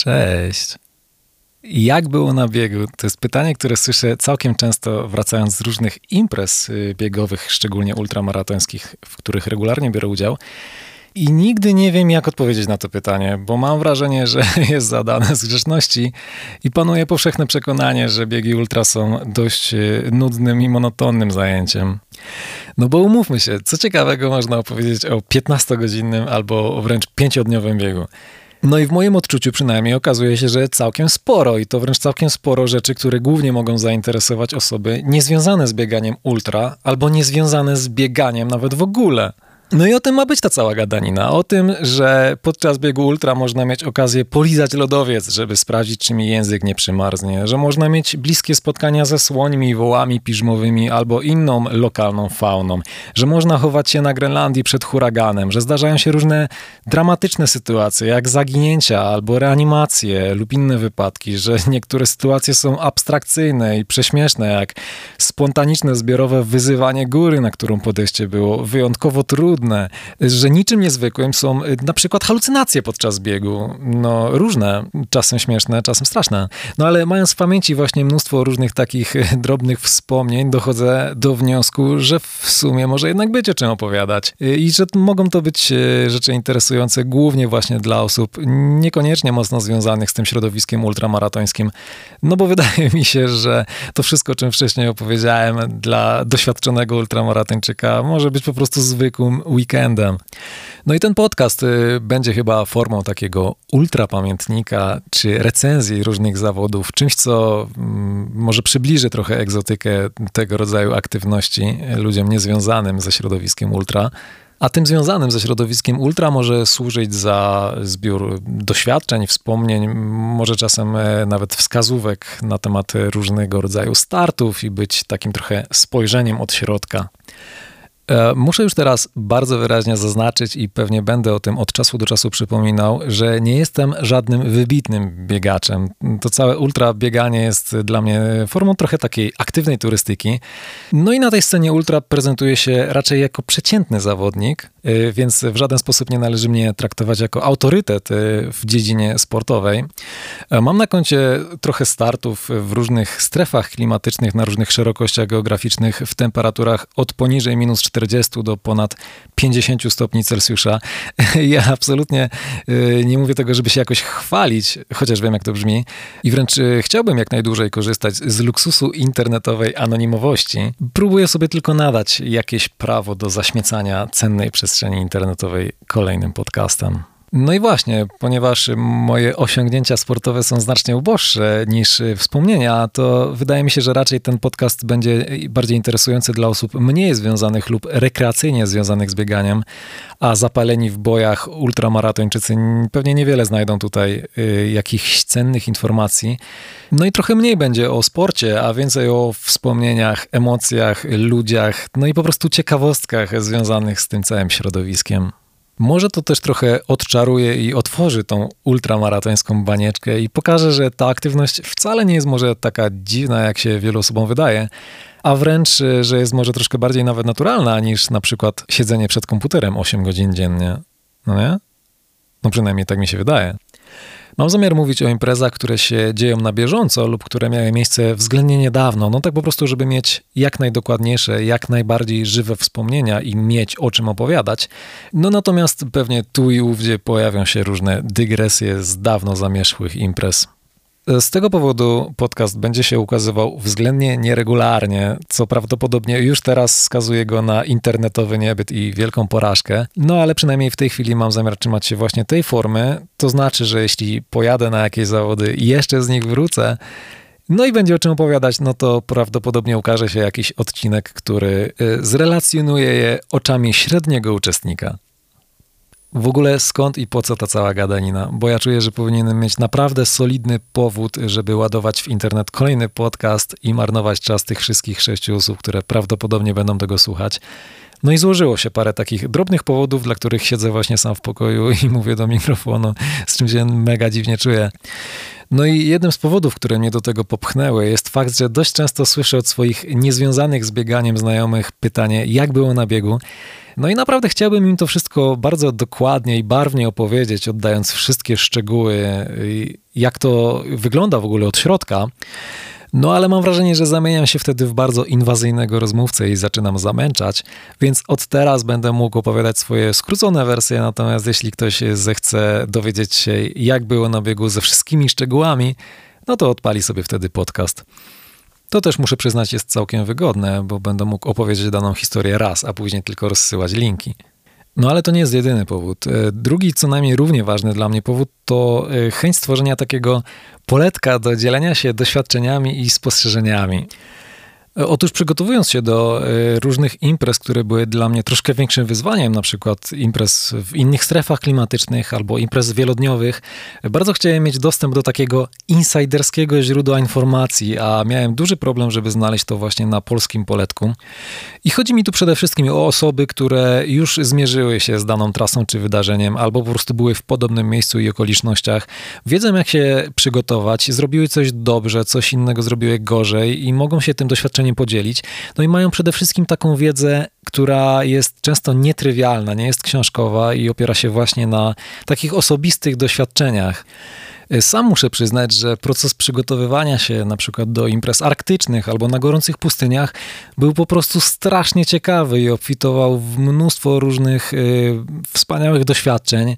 Cześć. Jak było na biegu? To jest pytanie, które słyszę całkiem często wracając z różnych imprez biegowych, szczególnie ultramaratońskich, w których regularnie biorę udział. I nigdy nie wiem, jak odpowiedzieć na to pytanie, bo mam wrażenie, że jest zadane z grzeczności i panuje powszechne przekonanie, że biegi ultra są dość nudnym i monotonnym zajęciem. No bo umówmy się, co ciekawego można opowiedzieć o 15-godzinnym albo wręcz 5-dniowym biegu? No i w moim odczuciu przynajmniej okazuje się, że całkiem sporo i to wręcz całkiem sporo rzeczy, które głównie mogą zainteresować osoby niezwiązane z bieganiem ultra albo niezwiązane z bieganiem nawet w ogóle. No i o tym ma być ta cała gadanina. O tym, że podczas biegu ultra można mieć okazję polizać lodowiec, żeby sprawdzić, czy mi język nie przymarznie, że można mieć bliskie spotkania ze słońmi, wołami piżmowymi albo inną lokalną fauną, że można chować się na Grenlandii przed huraganem, że zdarzają się różne dramatyczne sytuacje, jak zaginięcia albo reanimacje lub inne wypadki, że niektóre sytuacje są abstrakcyjne i prześmieszne, jak spontaniczne, zbiorowe wyzywanie góry, na którą podejście było wyjątkowo trudne, że niczym niezwykłym są na przykład halucynacje podczas biegu. No różne, czasem śmieszne, czasem straszne. No ale mając w pamięci właśnie mnóstwo różnych takich drobnych wspomnień, dochodzę do wniosku, że w sumie może jednak być o czym opowiadać. I że mogą to być rzeczy interesujące głównie właśnie dla osób niekoniecznie mocno związanych z tym środowiskiem ultramaratońskim. No bo wydaje mi się, że to wszystko, o czym wcześniej opowiedziałem, dla doświadczonego ultramaratończyka może być po prostu zwykłym weekendem. No i ten podcast będzie chyba formą takiego ultrapamiętnika czy recenzji różnych zawodów, czymś, co może przybliży trochę egzotykę tego rodzaju aktywności ludziom niezwiązanym ze środowiskiem ultra. A tym związanym ze środowiskiem ultra może służyć za zbiór doświadczeń, wspomnień, może czasem nawet wskazówek na temat różnego rodzaju startów i być takim trochę spojrzeniem od środka. Muszę już teraz bardzo wyraźnie zaznaczyć i pewnie będę o tym od czasu do czasu przypominał, że nie jestem żadnym wybitnym biegaczem. To całe ultra bieganie jest dla mnie formą trochę takiej aktywnej turystyki. No i na tej scenie ultra prezentuję się raczej jako przeciętny zawodnik, więc w żaden sposób nie należy mnie traktować jako autorytet w dziedzinie sportowej. Mam na koncie trochę startów w różnych strefach klimatycznych, na różnych szerokościach geograficznych, w temperaturach od poniżej minus 40 do ponad 50 stopni Celsjusza. Ja absolutnie nie mówię tego, żeby się jakoś chwalić, chociaż wiem, jak to brzmi. I wręcz chciałbym jak najdłużej korzystać z luksusu internetowej anonimowości. Próbuję sobie tylko nadać jakieś prawo do zaśmiecania cennej przestrzeni internetowej kolejnym podcastem. No i właśnie, ponieważ moje osiągnięcia sportowe są znacznie uboższe niż wspomnienia, to wydaje mi się, że raczej ten podcast będzie bardziej interesujący dla osób mniej związanych lub rekreacyjnie związanych z bieganiem, a zapaleni w bojach ultramaratończycy pewnie niewiele znajdą tutaj jakichś cennych informacji. No i trochę mniej będzie o sporcie, a więcej o wspomnieniach, emocjach, ludziach, no i po prostu ciekawostkach związanych z tym całym środowiskiem. Może to też trochę odczaruje i otworzy tą ultramaratońską banieczkę i pokaże, że ta aktywność wcale nie jest może taka dziwna, jak się wielu osobom wydaje, a wręcz, że jest może troszkę bardziej nawet naturalna niż na przykład siedzenie przed komputerem 8 godzin dziennie. No nie? No przynajmniej tak mi się wydaje. Mam zamiar mówić o imprezach, które się dzieją na bieżąco lub które miały miejsce względnie niedawno. No tak po prostu, żeby mieć jak najdokładniejsze, jak najbardziej żywe wspomnienia i mieć o czym opowiadać. No natomiast pewnie tu i ówdzie pojawią się różne dygresje z dawno zamierzchłych imprez. Z tego powodu podcast będzie się ukazywał względnie nieregularnie, co prawdopodobnie już teraz skazuje go na internetowy niebyt i wielką porażkę. No ale przynajmniej w tej chwili mam zamiar trzymać się właśnie tej formy. To znaczy, że jeśli pojadę na jakieś zawody i jeszcze z nich wrócę, no i będzie o czym opowiadać, no to prawdopodobnie ukaże się jakiś odcinek, który zrelacjonuje je oczami średniego uczestnika. W ogóle skąd i po co ta cała gadanina? Bo ja czuję, że powinienem mieć naprawdę solidny powód, żeby ładować w internet kolejny podcast i marnować czas tych wszystkich 6 osób, które prawdopodobnie będą tego słuchać. No i złożyło się parę takich drobnych powodów, dla których siedzę właśnie sam w pokoju i mówię do mikrofonu, z czym się mega dziwnie czuję. No i jednym z powodów, które mnie do tego popchnęły, jest fakt, że dość często słyszę od swoich niezwiązanych z bieganiem znajomych pytanie, jak było na biegu. No i naprawdę chciałbym im to wszystko bardzo dokładnie i barwnie opowiedzieć, oddając wszystkie szczegóły, jak to wygląda w ogóle od środka. No ale mam wrażenie, że zamieniam się wtedy w bardzo inwazyjnego rozmówcę i zaczynam zamęczać, więc od teraz będę mógł opowiadać swoje skrócone wersje, natomiast jeśli ktoś zechce dowiedzieć się, jak było na biegu ze wszystkimi szczegółami, no to odpali sobie wtedy podcast. To też muszę przyznać jest całkiem wygodne, bo będę mógł opowiedzieć daną historię raz, a później tylko rozsyłać linki. No ale to nie jest jedyny powód. Drugi, co najmniej równie ważny dla mnie powód, to chęć stworzenia takiego poletka do dzielenia się doświadczeniami i spostrzeżeniami. Otóż przygotowując się do różnych imprez, które były dla mnie troszkę większym wyzwaniem, na przykład imprez w innych strefach klimatycznych albo imprez wielodniowych, bardzo chciałem mieć dostęp do takiego insiderskiego źródła informacji, a miałem duży problem, żeby znaleźć to właśnie na polskim poletku. I chodzi mi tu przede wszystkim o osoby, które już zmierzyły się z daną trasą czy wydarzeniem, albo po prostu były w podobnym miejscu i okolicznościach, wiedzą jak się przygotować, zrobiły coś dobrze, coś innego zrobiły gorzej i mogą się tym doświadczeniem podzielić. No i mają przede wszystkim taką wiedzę, która jest często nietrywialna, nie jest książkowa i opiera się właśnie na takich osobistych doświadczeniach. Sam muszę przyznać, że proces przygotowywania się na przykład do imprez arktycznych albo na gorących pustyniach był po prostu strasznie ciekawy i obfitował w mnóstwo różnych wspaniałych doświadczeń.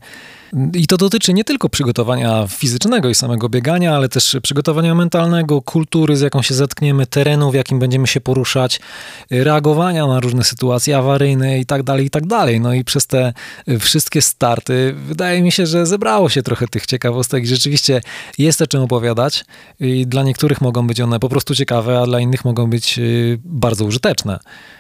I to dotyczy nie tylko przygotowania fizycznego i samego biegania, ale też przygotowania mentalnego, kultury, z jaką się zetkniemy, terenu, w jakim będziemy się poruszać, reagowania na różne sytuacje awaryjne i tak dalej, i tak dalej. No i przez te wszystkie starty wydaje mi się, że zebrało się trochę tych ciekawostek i rzeczywiście jest o czym opowiadać i dla niektórych mogą być one po prostu ciekawe, a dla innych mogą być bardzo użyteczne.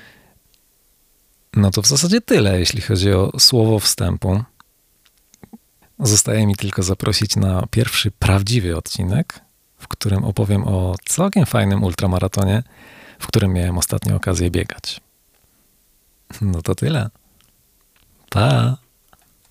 No to w zasadzie tyle, jeśli chodzi o słowo wstępu. Zostaje mi tylko zaprosić na pierwszy prawdziwy odcinek, w którym opowiem o całkiem fajnym ultramaratonie, w którym miałem ostatnio okazję biegać. No to tyle. Pa!